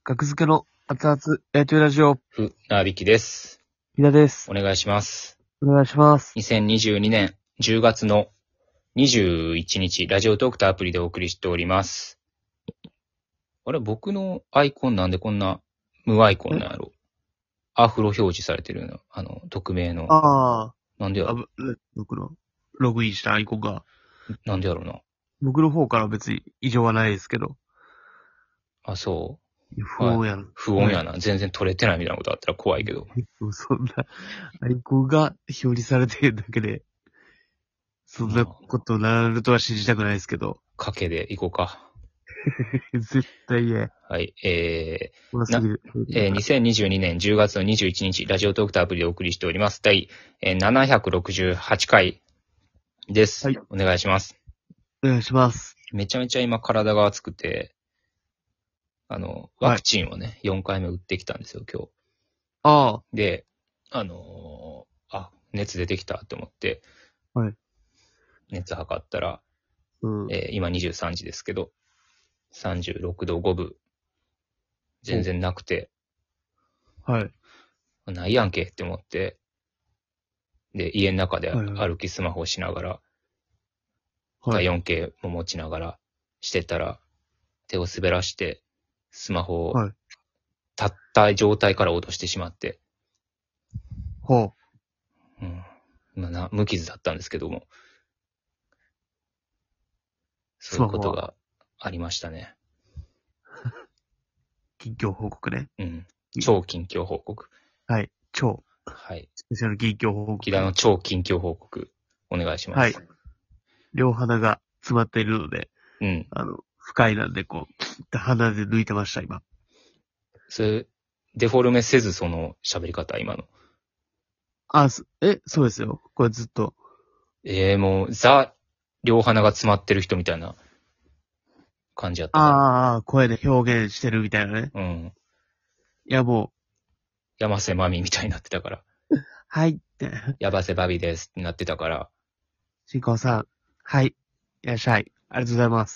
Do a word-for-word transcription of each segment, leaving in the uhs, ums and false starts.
格付けの熱々焼いてるラジオ、 ふ、なびきです。 ひだです。 お願いします。 お願いします。 にせんにじゅうにねんじゅうがつのにじゅういちにち、ラジオトークとアプリでお送りしております。あれ、僕のアイコンなんでこんな無アイコンなんやろ？アフロ表示されてるの。あの、匿名の。 ああ、あなんでやろ？ ぶ僕のログインしたアイコンが、 なんでやろうな。 僕の方から別に異常はないですけど、 あ、そ不穏やな。 不穏やな。全然取れてないみたいなことあったら怖いけど。 そんな、アイコンが表示されてるだけで、そんなことなるとは信じたくないですけど、 賭けでいこうか。 絶対嫌や。 はい。え怖すぎる。 ー、えー、にせんにじゅうにねんじゅうがつのにじゅういちにち、ラジオトークとアプリでお送りしております。第、えー、ななひゃくろくじゅうはちかいです。 はい。 お願いします。 お願いします。 めちゃめちゃ今体が熱くて、あの、ワクチンをね、はい、よんかいめ打ってきたんですよ、今日。 ああ。 で、あのー、あ、熱出てきたって思って、 はい。 熱測ったら、 うん、 えー、今にじゅうさんじですけど、さんじゅうろくどごぶ、全然なくて、 はい。 ないやんけって思って、で、家の中で歩きスマホをしながら、はい、体温計も持ちながらしてたら、手を滑らして、スマホを立った状態から落としてしまって。 ほう。 うん。まあな、無傷だったんですけども。そういうことがありましたね。 近況報告ね。 うん。超近況報告。 はい。超。 はい。 スペシャル近況報告。 木田の超近況報告、お願いします。 はい。両鼻が詰まっているので、 うん。 あの、不快なんで、こう、鼻で抜いてました、今。 それ、デフォルメせず、その喋り方、今の。 あ、え、そうですよ。これずっと。 ええー、もう、ザ、両鼻が詰まってる人みたいな感じやったから。 ああ、声で表現してるみたいなね。 うん。 いや、もう。 山瀬まみみたいになってたから。 はいって。 やばせばびですってなってたから。 新婚さん。はい。いらっしゃい。ありがとうございます。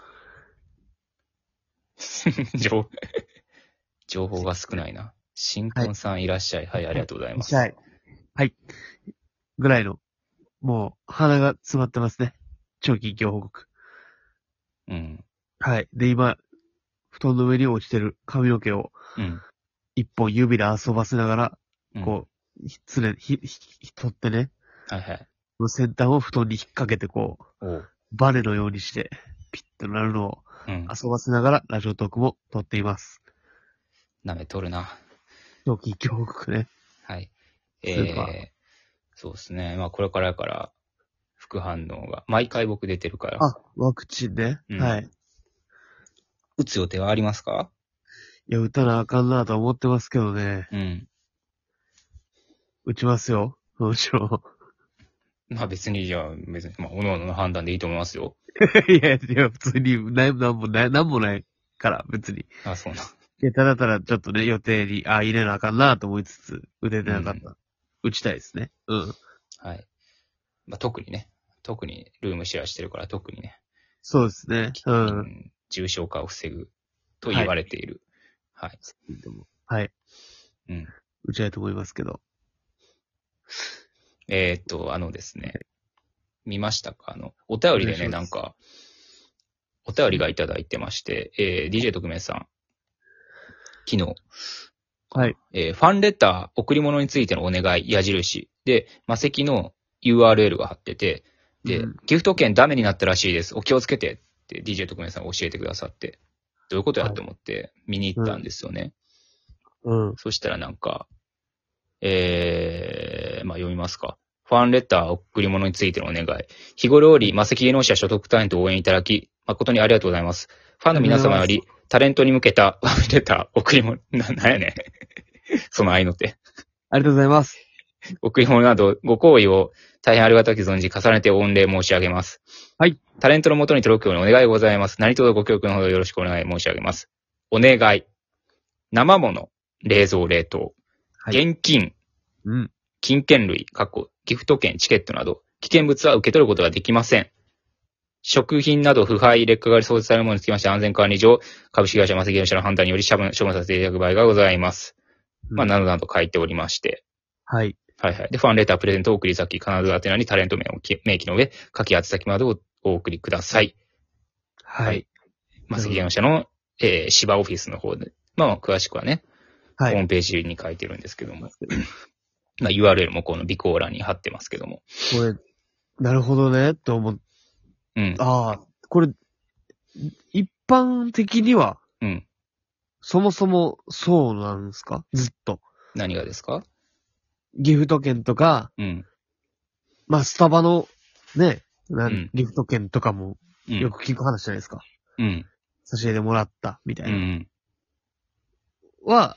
情情報が少ないな。新婚さんいらっしゃい。はい、はい、ありがとうございます。 いらっしゃい。はい。ぐらいの、もう、鼻が詰まってますね。超近況報告。 うん。 はい。で、今、布団の上に落ちてる髪の毛を、うん。一本指で遊ばせながら、うん、こう、つれ、ひ、ひ、取ってね。 はいはい。 先端を布団に引っ掛けてこう、バネのようにして、ピッとなるのを、遊ばせながら、ラジオトークも撮っています。 舐めとるな。 超近況報告ね。 はい。えー、そうですね。まあ、これからから、副反応が、毎回僕出てるから。 あ、ワクチンね。うん、はい。 打つ予定はありますか？ いや、打たなあかんなと思ってますけどね。うん。打ちますよ。もちろん。 まあ別に、じゃあ、別に、まあ、各々の判断でいいと思いますよ。 いや、いや、普通に、な、なんもない、なんもないから、別に。 あ、そうな。いや、ただただちょっとね、予定に、あ、入れなあかんなと思いつつ、打ててなかった。うん、打ちたいですね。うん。 はい。まあ特にね、特にルームシェアしてるから特にね。 そうですね。うん。 重症化を防ぐと言われている。はい。 はい。はい、 うん。 打ちたいと思いますけど。 えー、っと、あのですね。見ましたか？あの、お便りでね、なんか、お便りがいただいてまして、えー、ディージェー 特命さん、昨日、 はい。 えー、ファンレター、贈り物についてのお願い、矢印。で、マセキの ユーアールエル が貼ってて、で、うん、ギフト券ダメになったらしいです。お気をつけてって ディージェー 特命さんが教えてくださって、どういうことやと思って見に行ったんですよね。 うん。うん、 そしたらなんか、えー、まあ読みますか。ファンレター、贈り物についてのお願い。日頃より、マセキ芸能者所得タレントを応援いただき、誠にありがとうございます。ファンの皆様より、タレントに向けたファンレター、贈り物、な、なんやねん。その愛の手。 ありがとうございます。 贈り物など、ご好意を大変ありがたき存じ、重ねて御礼申し上げます。 はい。 タレントの元に届くようにお願いございます。何卒ご協力のほどよろしくお願い申し上げます。お願い。生物、冷蔵冷凍。はい、現金。 うん。 金券類、過去、ギフト券、チケットなど、危険物は受け取ることができません。 食品など腐敗、劣化が想定されるものにつきまして安全管理上、株式会社マセキ業者の判断により処分、処分させていただく場合がございます。うん、まあ、などなど書いておりまして。 はい。 はいはい。で、ファンレター、プレゼントを送り先、必ず宛名にタレント名を明記の上、書き宛先までをお送りください。 はい。はい、 マセキ業者の、えー、芝オフィスの方で、まあ、詳しくはね、はい、ホームページに書いてるんですけども。まあ、ユーアールエル もこの備考欄に貼ってますけども。 これ、なるほどね、と思う。うん。ああ、これ、一般的には、うん。そもそもそうなんですか？ずっと。 何がですか？ ギフト券とか、うん。まあ、スタバの、ね、なん、うん、ギフト券とかも、よく聞く話じゃないですか。うん。差し入れでもらった、みたいな。うん。は、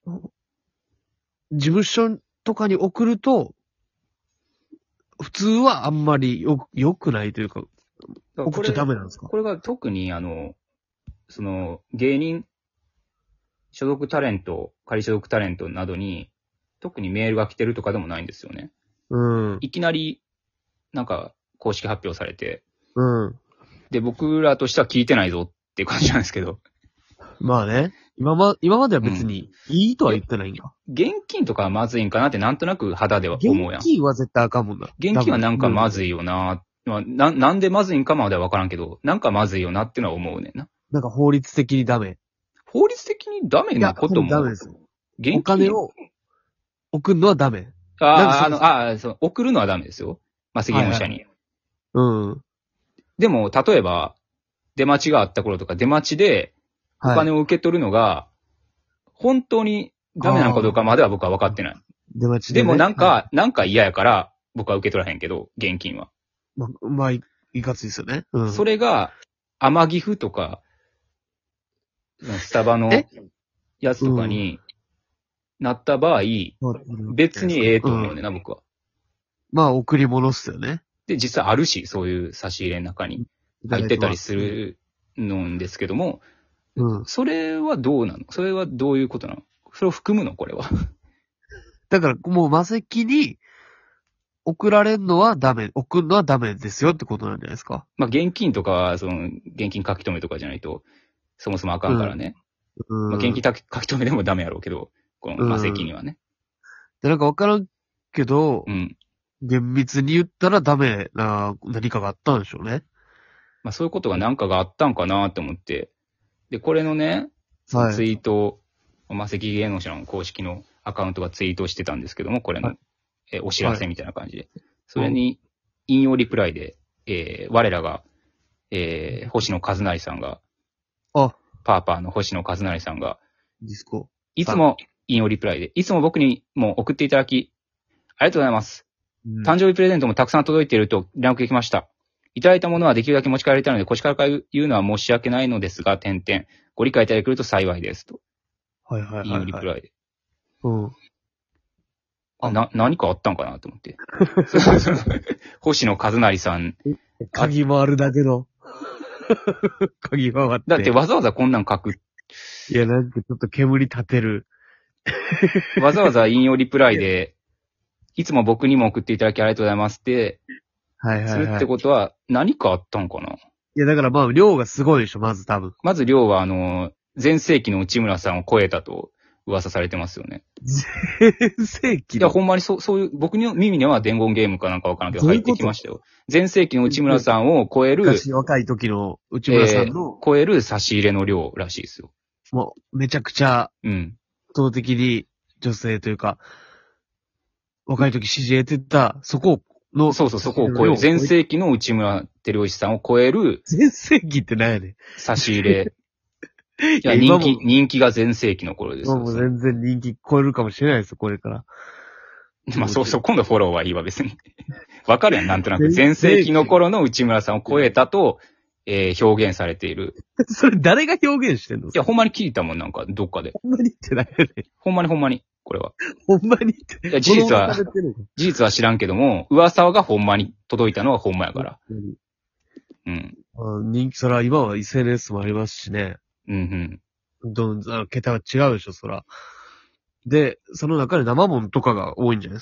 事務所とかに送ると、普通はあんまりよ、良くないというか、送っちゃダメなんですか？ これが特にあの、その、芸人、所属タレント、仮所属タレントなどに、特にメールが来てるとかでもないんですよね。うん。いきなり、なんか、公式発表されて、うん。で、僕らとしては聞いてないぞっていう感じなんですけど。 まあね。今ま、今までは別に、いいとは言ってないんか、 うん。現金とかはまずいんかなってなんとなく肌では思うやん。 現金は絶対あかんもんな。 現金はなんかまずいよな。な、なんでまずいんかまではわからんけど、なんかまずいよなってのは思うねんな。 なんか法律的にダメ。 法律的にダメなことも。 ダメですよ。現金お金を送るのはダメ。 ああ、あの、ああ、そう、送るのはダメですよ。マセキ業者に。はいはい、うん。でも、例えば、出待ちがあった頃とか、出待ちで、お金を受け取るのが、本当にダメなのかどうかまでは僕は分かってない。 出待ちで、 ね。でもなんか、はい、なんか嫌やから、僕は受け取らへんけど、現金は。 ま、まあ、いかついですよね。 うん。それが、天岐阜とか、スタバのやつとかになった場合、別にええと思うねんな、うん、僕は。 まあ、送り物っすよね。 で、実際あるし、そういう差し入れの中に入ってたりするのですけども、うん、それはどうなの？それはどういうことなの？それを含むの？これは。 だから、もう、マセキに送られるのはダメ、送るのはダメですよってことなんじゃないですか。 まあ、現金とかは、その、現金書き留めとかじゃないと、そもそもあかんからね。うん。まあ、現金書き留めでもダメやろうけど、このマセキにはね。 で、なんかわからんけど、うん。厳密に言ったらダメな何かがあったんでしょうね。 まあそういうことが何かがあったんかなと思って。で、これのね、そのツイートを、はい、マセキ芸能者の公式のアカウントがツイートしてたんですけども、これの、はい、えお知らせみたいな感じで。はい、それに、引用リプライで、えー、我らが、えー、星野和成さんが、 あ、 パーパーの星野和成さんが、 ディスコ。 いつも引用リプライで、いつも僕にも送っていただき、ありがとうございます。うん、誕生日プレゼントもたくさん届いていると連絡が来ました。いただいたものはできるだけ持ち帰りたいので、こちらから言うのは申し訳ないのですが、点々。ご理解いただけると幸いです。と。 はいはいはい、はい。 引用リプライで。 うん。 あ、な、何かあったんかなと思って。星野和成さん。 鍵回るだけの。鍵回って。 だってわざわざこんなん書く。 いや、なんかちょっと煙立てる。 わざわざ引用リプライで、いつも僕にも送っていただきありがとうございますって、はいはいはい。するってことは何かあったんかな？ いや、だからまあ、量がすごいでしょ、まず多分。 まず量はあの、前世紀の内村さんを超えたと噂されてますよね。 前世紀いや、ほんまにそう、そういう、僕の耳には伝言ゲームかなんかわからんけど入ってきましたよ。前世紀の内村さんを超える、 昔若い時の内村さんの、 えー、超える差し入れの量らしいですよ。 もう、めちゃくちゃ、うん。圧倒的に女性というか、若い時支持得てた、そこの、 そうそう、そこを超える。前世紀の内村照吉さんを超える。 前世紀って何やねん。 差し入れ。いや、人気、人気が前世紀の頃ですよ。 もう全然人気超えるかもしれないですよ、これから。 まあそうそう、今度フォローはいいわ、別に。わかるやん、なんとなく。前世紀の頃の内村さんを超えたと、えー、表現されている。 それ誰が表現してんの？いや、ほんまに聞いたもん、なんか、どっかで。 ほんまにってないよね。 ほんまにほんまに、これは。 ほんまにって。 いや、事実は、事実は知らんけども、噂がほんまに届いたのはほんまやから。うん。 あ人気、そら今は エスエヌエス もありますしね。 うんうん。どん、あ桁は違うでしょ、そら。で、その中で生もんとかが多いんじゃないですか？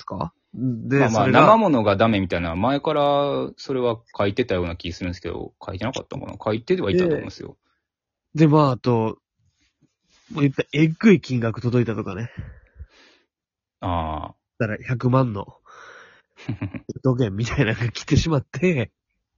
で、 まあまあ、 それが生ものがダメみたいな、前からそれは書いてたような気するんですけど、書いてなかったのかな書いてはいたと思うんですよ。 で、まあ、あと、もう言ったえっぐい金額届いたとかね。 ああ。 だからひゃくまんの土源みたいなのが来てしまって、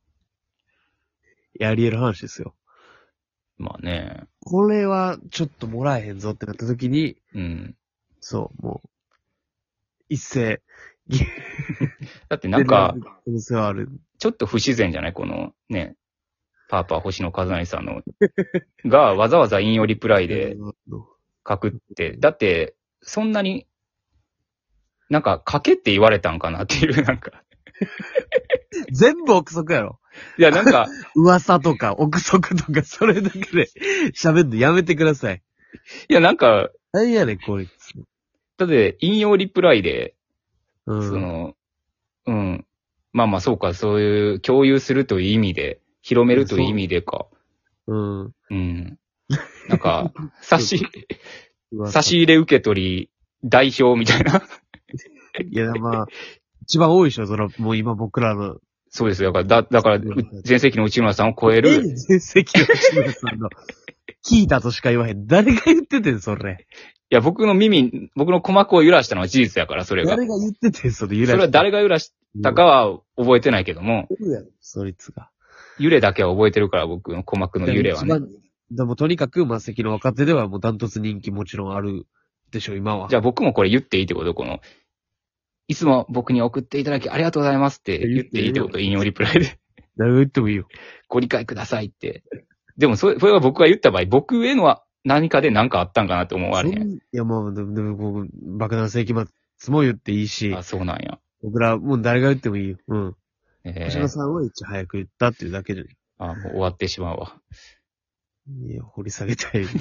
やり得る話ですよ。 まあね。 これはちょっともらえへんぞってなった時に、 うん。 そう、もう、一斉、 だってなんか、 ちょっと不自然じゃないこのね、パーパー星野和成さんの、がわざわざ引用リプライで書くって、だって、そんなに、なんか書けって言われたんかなっていう、なんか。 全部憶測やろ。 いや、なんか。 噂とか憶測とか、それだけで喋るのやめてください。 いや、なんか。 何やねん、こいつ。 だって、引用リプライで、 うん、 その、うん。まあまあ、そうか、そういう、共有するという意味で、広めるという意味でか。 うん。 うん。なんか、差し、差し入れ受け取り、代表みたいな。 いや、まあ、一番多いでしょ、その、もう今僕らの。 そうですよ。だから、だ、だから、前世紀の内村さんを超える。 前世紀の内村さんの。聞いたとしか言わへん。誰が言っててん、それ。 いや、僕の耳、僕の鼓膜を揺らしたのは事実やから、それが。 誰が言っててん、それ揺らした。 それは誰が揺らしたかは覚えてないけども。 そいつが。 揺れだけは覚えてるから、僕の鼓膜の揺れはね。 でもとにかく、末席の若手ではもうダントツ人気もちろんあるでしょ、今は。 じゃあ僕もこれ言っていいってことこの、いつも僕に送っていただきありがとうございますって言っていいってこと引用リプライで。 誰が言ってもいいよ。 ご理解くださいって。でもそれ、それは僕が言った場合、僕への何かで何かあったんかなって思われへん。 いや、もう、でも、僕、爆弾世紀末も言っていいし。 あ、そうなんや。 僕ら、もう誰が言ってもいいよ。うん。 えー、 星野さんはいち早く言ったっていうだけで。 あ、もう終わってしまうわ。 いや、掘り下げたい。